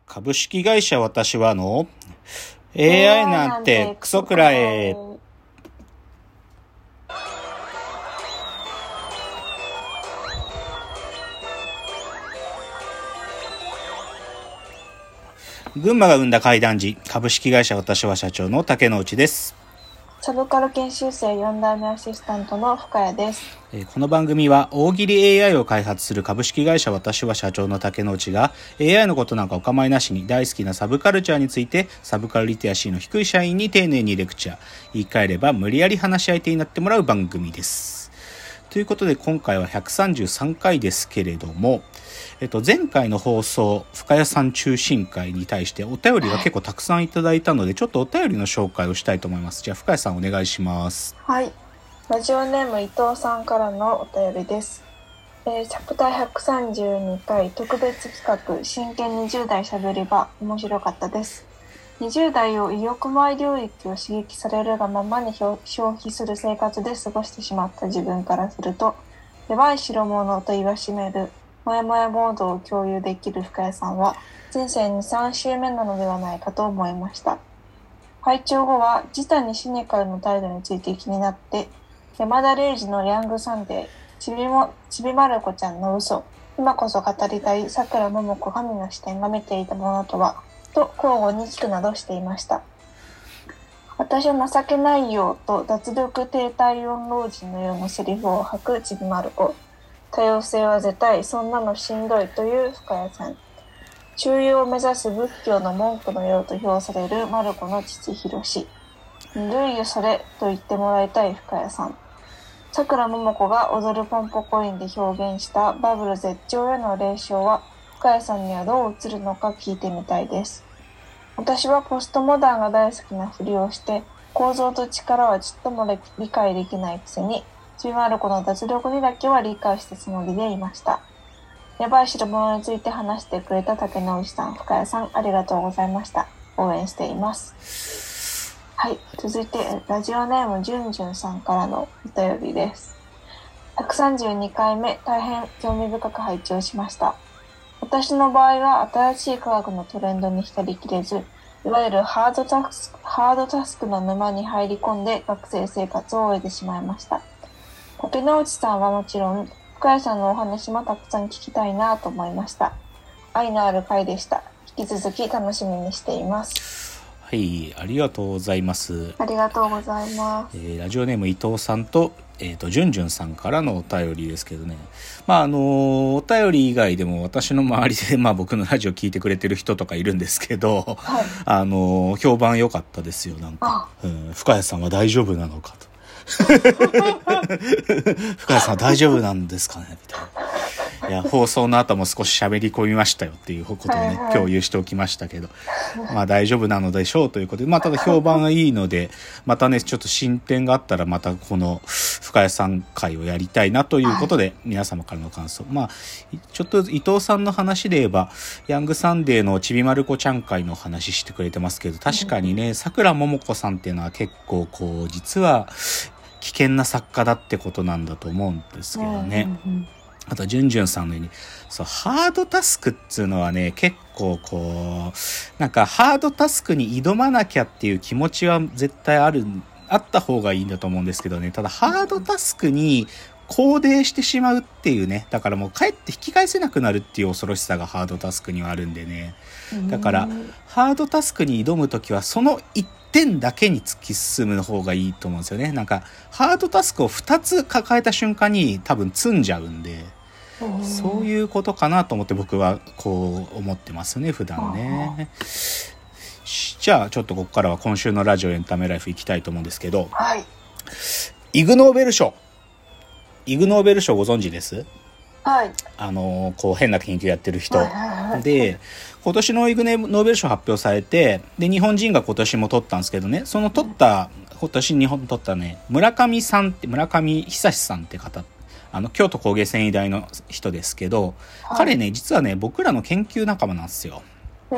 株式会社私はの AI なんてクソくらえ。群馬が生んだ怪談時、株式会社私は社長の竹之内です。 サブカル研修生4代目アシスタントの深谷です。 この番組は大喜利 AI を開発する株式会社私は社長の竹之内が AI のことなんかお構いなしに大好きなサブカルチャーについてサブカルリテラシーの低い社員に丁寧にレクチャー、言い換えれば無理やり話し相手になってもらう番組です。ということで今回は133回ですけれども、前回の放送深谷さん中心会に対してお便りが結構たくさんいただいたので、ちょっとお便りの紹介をしたいと思います。じゃあ深谷さんお願いします。 はい、ラジオネーム伊藤さんからのお便りです。チャプター132回特別企画真剣20代しゃべり場、面白かったです。20代を意欲前領域を刺激されるがままに消費する生活で過ごしてしまった自分からすると、やばい代物と言わしめるもやもやモードを共有できる深谷さんは人生2、3週目なのではないかと思いました。拝聴後は自他にシニカルの態度について気になって、山田礼二のヤングサンデー、ちびまる子ちゃんの嘘、今こそ語りたいさくらももこ神の視点が見ていたものとはと交互に聞くなどしていました。私は情けないよと脱力低体温老人のようなセリフを吐くちびまる子、多様性は絶対、そんなのしんどいという深谷さん、中庸を目指す仏教の文句のようと評されるまる子の父広志、ぬるいよそれと言ってもらいたい深谷さん、さくらももこが踊るポンポコインで表現したバブル絶頂への霊障は深谷さんにはどう映るのか聞いてみたいです。私はポストモダンが大好きなふりをして構造と力はちっとも理解できないくせにちびまる子の脱力にだけは理解したつもりでいました。やばい代物について話してくれた竹之内さん、深谷さん、ありがとうございました。応援しています。はい、続いてラジオネームじゅんじゅんさんからのお便りです。132回目、大変興味深く拝聴しました。私の場合は新しい科学のトレンドに浸りきれず、いわゆるハードタスクの沼に入り込んで学生生活を終えてしまいました。竹之内さんはもちろん、深谷さんのお話もたくさん聞きたいなと思いました。愛のある回でした。引き続き楽しみにしています。 はい、ありがとうございます。 ありがとうございます。 ラジオネーム伊藤さんと、じゅんじゅんさんからのお便りですけどね。お便り以外でも私の周りで、僕のラジオ聞いてくれてる人とかいるんですけど、はい、評判良かったですよ、なんか。深谷さんは大丈夫なのかと。深谷さんは大丈夫なんですかねみたいな。いや、放送の後も少し喋り込みましたよっていうことをね、共有しておきましたけど、大丈夫なのでしょうということで、ただ評判がいいので、またね、ちょっと進展があったらまたこの深谷さん会をやりたいなということで、皆様からの感想。ちょっと伊藤さんの話で言えば、ヤングサンデーのちびまる子ちゃん会の話してくれてますけど、確かにね、さくらももこさんっていうのは結構実は危険な作家だってことなんだと思うんですけどね。あと、じゅんじゅんさんのように、ハードタスクっていうのはね、結構なんかハードタスクに挑まなきゃっていう気持ちは絶対あった方がいいんだと思うんですけどね。ただ、ハードタスクに肯定してしまうっていうね、だからもう帰って引き返せなくなるっていう恐ろしさがハードタスクにはあるんでね。だから、ハードタスクに挑むときは、その一点だけに突き進む方がいいと思うんですよね。なんか、ハードタスクを2つ抱えた瞬間に多分積んじゃうんで、そういうことかなと思って僕はこう思ってますね、普段ね。じゃあちょっとここからは今週のラジオエンタメライフ行きたいと思うんですけど、 はい、 イグ・ノーベル賞ご存知です？ はい、 変な研究やってる人、で、今年のイグ・ノーベル賞発表されて、で日本人が今年も取ったんですけどね、その今年日本取ったね、村上久さんって方、京都工芸繊維大の人ですけど、彼ね、実はね、僕らの研究仲間なんですよ。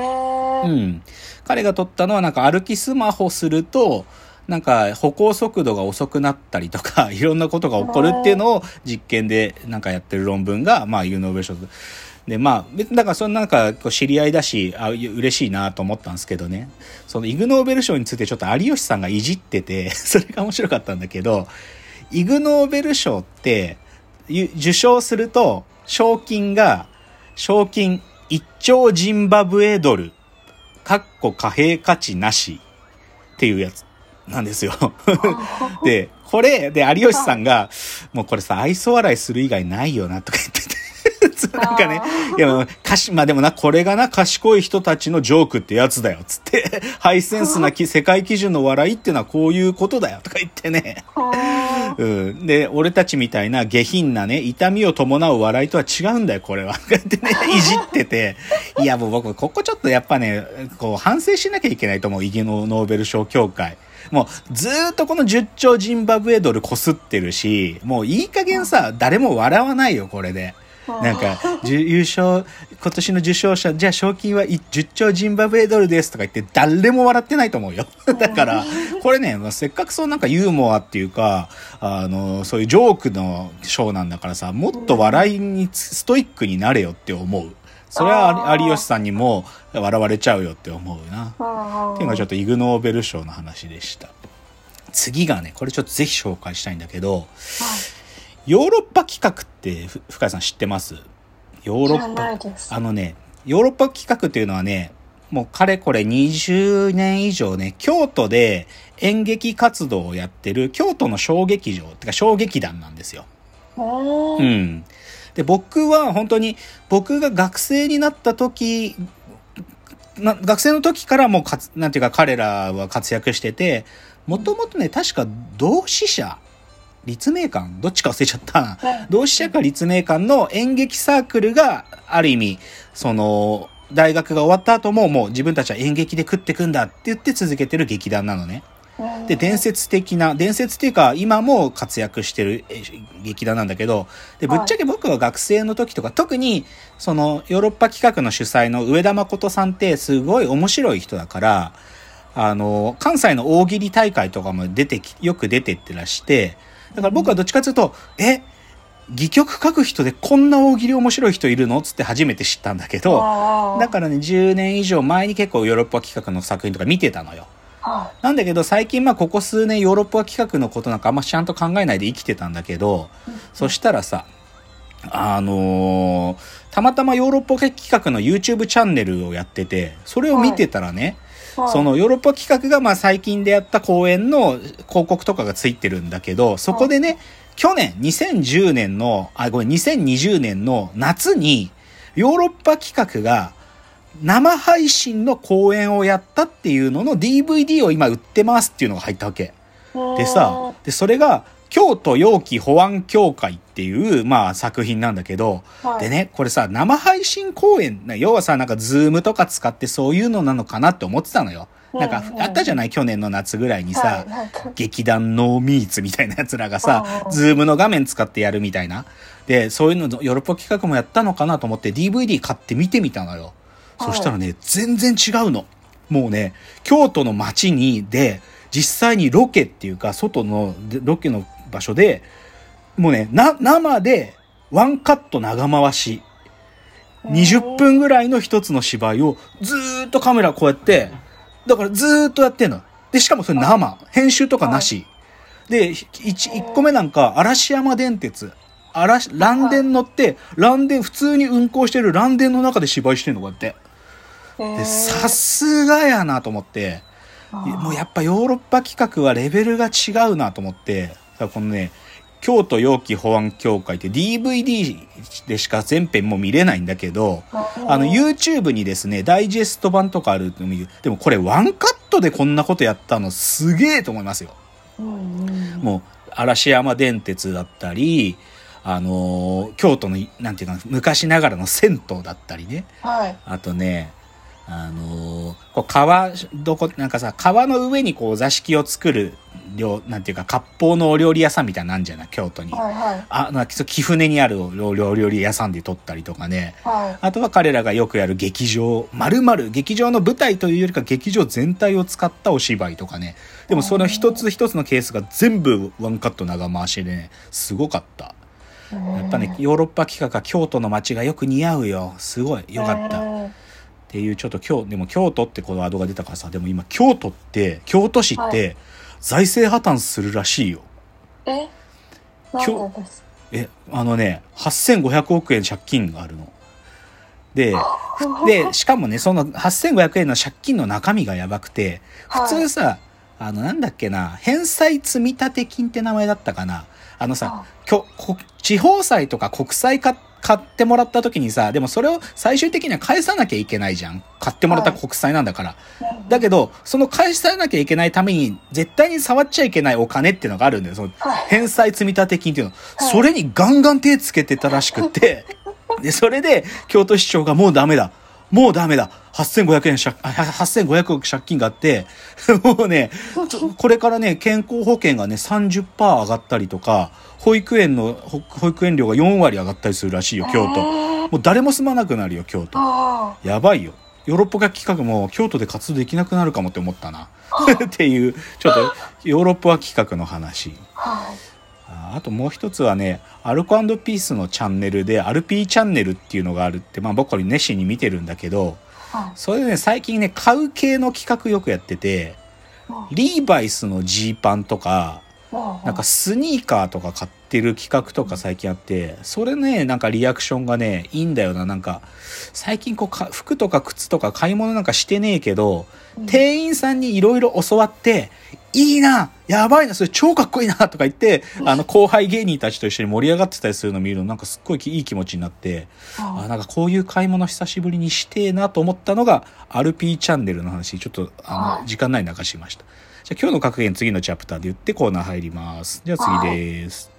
彼が取ったのは、なんか歩きスマホすると、なんか歩行速度が遅くなったりとか、いろんなことが起こるっていうのを実験でなんかやってる論文が、イグ・ノーベル賞で、まあ、別にだからそのなんかこう知り合いだし、嬉しいなと思ったんですけどね、そのイグ・ノーベル賞についてちょっと有吉さんがいじってて、それが面白かったんだけど、イグ・ノーベル賞って、受賞すると、賞金1兆ジンバブエドル、貨幣価値なしっていうやつなんですよ。で、これで有吉さんが、もうこれさ、愛想笑いする以外ないよなとか言ってて。なんかね、いや、まあでもな、これがな、賢い人たちのジョークってやつだよ、つって、ハイセンスな世界基準の笑いっていうのはこういうことだよ、とか言ってね。うん。で、俺たちみたいな下品なね、痛みを伴う笑いとは違うんだよ、これは。とか言ってね、いじってて。いや、もう僕、ここちょっとやっぱね、こう、反省しなきゃいけないと思う、イグ・ノーベル賞協会。もうずーっとこの10兆ジンバブエドルこすってるし、もういい加減さ、誰も笑わないよ、これで。なんか、今年の受賞者、じゃあ賞金は10兆ジンバブエドルですとか言って誰も笑ってないと思うよ。だから、これね、せっかくそうなんかユーモアっていうか、そういうジョークの賞なんだからさ、もっと笑いにストイックになれよって思う。それは有吉さんにも笑われちゃうよって思うな。っていうのがちょっとイグ・ノーベル賞の話でした。次がね、これちょっとぜひ紹介したいんだけど、ヨーロッパ企画って深谷さん知ってます？ヨーロッパ、ヨーロッパ企画っていうのはね、もうかれこれ20年以上ね、京都で演劇活動をやってる京都の小劇場ってか小劇団なんですよ。うん。で、僕は本当に僕が学生になった時、学生の時からもうなんていうか彼らは活躍してて、もともとね、確か同志社立命館どっちか忘れちゃったな。同志社か立命館の演劇サークルがある意味、その、大学が終わった後ももう自分たちは演劇で食ってくんだって言って続けてる劇団なのね。で、伝説っていうか今も活躍してる劇団なんだけど、で、ぶっちゃけ僕は学生の時とか、特にそのヨーロッパ企画の主催の上田誠さんってすごい面白い人だから、関西の大喜利大会とかもよく出てってらして、だから僕はどっちかというと、戯曲書く人でこんな大喜利面白い人いるのつって初めて知ったんだけど、だからね、10年以上前に結構ヨーロッパ企画の作品とか見てたのよ。なんだけど最近ここ数年ヨーロッパ企画のことなんかあんまちゃんと考えないで生きてたんだけど、そしたらさ、たまたまヨーロッパ企画の YouTube チャンネルをやってて、それを見てたらね、そのヨーロッパ企画が最近でやった公演の広告とかがついてるんだけど、そこでね、去年2020年の夏にヨーロッパ企画が生配信の公演をやったっていうのの DVD を今売ってますっていうのが入ったわけ。でそれが京都陽気保安協会っていう、作品なんだけど、でね、これさ、生配信公演、要はさ、なんかズームとか使ってそういうのなのかなって思ってたのよ。なんか、あったじゃない、去年の夏ぐらいにさ、劇団ノーミーツみたいなやつらがさ、ズームの画面使ってやるみたいな。で、そういうの、ヨーロッパ企画もやったのかなと思って DVD 買って見てみたのよ。そしたらね、全然違うの。もうね、京都の街で、実際にロケっていうか、外のロケの場所で、もうね、生でワンカット長回し。20分ぐらいの一つの芝居をずーっとカメラこうやって、だからずーっとやってんの。で、しかもそれ生。編集とかなし。で、1個目なんか、嵐山電鉄。蘭電乗って、普通に運行してる蘭電の中で芝居してんの、こうやって。で、さすがやなと思って、もうやっぱヨーロッパ企画はレベルが違うなと思って、このね、京都陽気保安協会って DVD でしか全編も見れないんだけど、YouTube にですね、ダイジェスト版とかあるの見る。でもこれワンカットでこんなことやったのすげえと思いますよ。もう、嵐山電鉄だったり、京都の、なんていうか、昔ながらの銭湯だったりね。あとね、こう川の上にこう座敷を作るなんていうか割烹のお料理屋さんみたいなのあんじゃない京都に、貴船にあるお料理屋さんで撮ったりとかね、あとは彼らがよくやる劇場劇場の舞台というよりか劇場全体を使ったお芝居とかね。でもその一つ一つのケースが全部ワンカット長回しでね、すごかった。 やっぱねヨーロッパ企画は京都の街がよく似合うよ。すごいよかったっていう。ちょっとでも京都ってこのワードが出たからさ、でも今京都市って財政破綻するらしいよ。 なんでですか？ 8500億円借金があるの。で、しかもね、その8500円の借金の中身がやばくて、普通さ、なんだっけな、返済積立金って名前だったかな。地方債とか国債買ってもらった時にさ、でもそれを最終的には返さなきゃいけないじゃん。買ってもらった国債なんだから。だけど、その返さなきゃいけないために、絶対に触っちゃいけないお金っていうのがあるんだよ。その返済積立金っていうの。それにガンガン手つけてたらしくて、で、それで、京都市長がもうダメだ。8500億借金があって、もうね、これからね、健康保険がね、30% 上がったりとか、保育園料が4割上がったりするらしいよ、京都。もう誰も住まなくなるよ、京都。やばいよ。ヨーロッパ企画も京都で活動できなくなるかもって思ったな。っていう、ちょっと、ヨーロッパ企画の話。あともう一つはね、アルコ&ピースのチャンネルで、アルピーチャンネルっていうのがあるって、僕は熱心に見てるんだけど、それでね、最近ね、買う系の企画よくやってて、リーバイスのジーパンとか、なんかスニーカーとか買ってる企画とか最近あって、それね、なんかリアクションがね、いいんだよな。なんか、最近服とか靴とか買い物なんかしてねえけど、店員さんにいろいろ教わって、いいな、やばいな、それ超かっこいいなとか言って、後輩芸人たちと一緒に盛り上がってたりするのを見るの、なんかすっごいいい気持ちになって、なんかこういう買い物久しぶりにしてえなと思ったのが、アルピーチャンネルの話、ちょっと、時間内に流しました。じゃあ今日の格言次のチャプターで言ってコーナー入ります。じゃあ次です。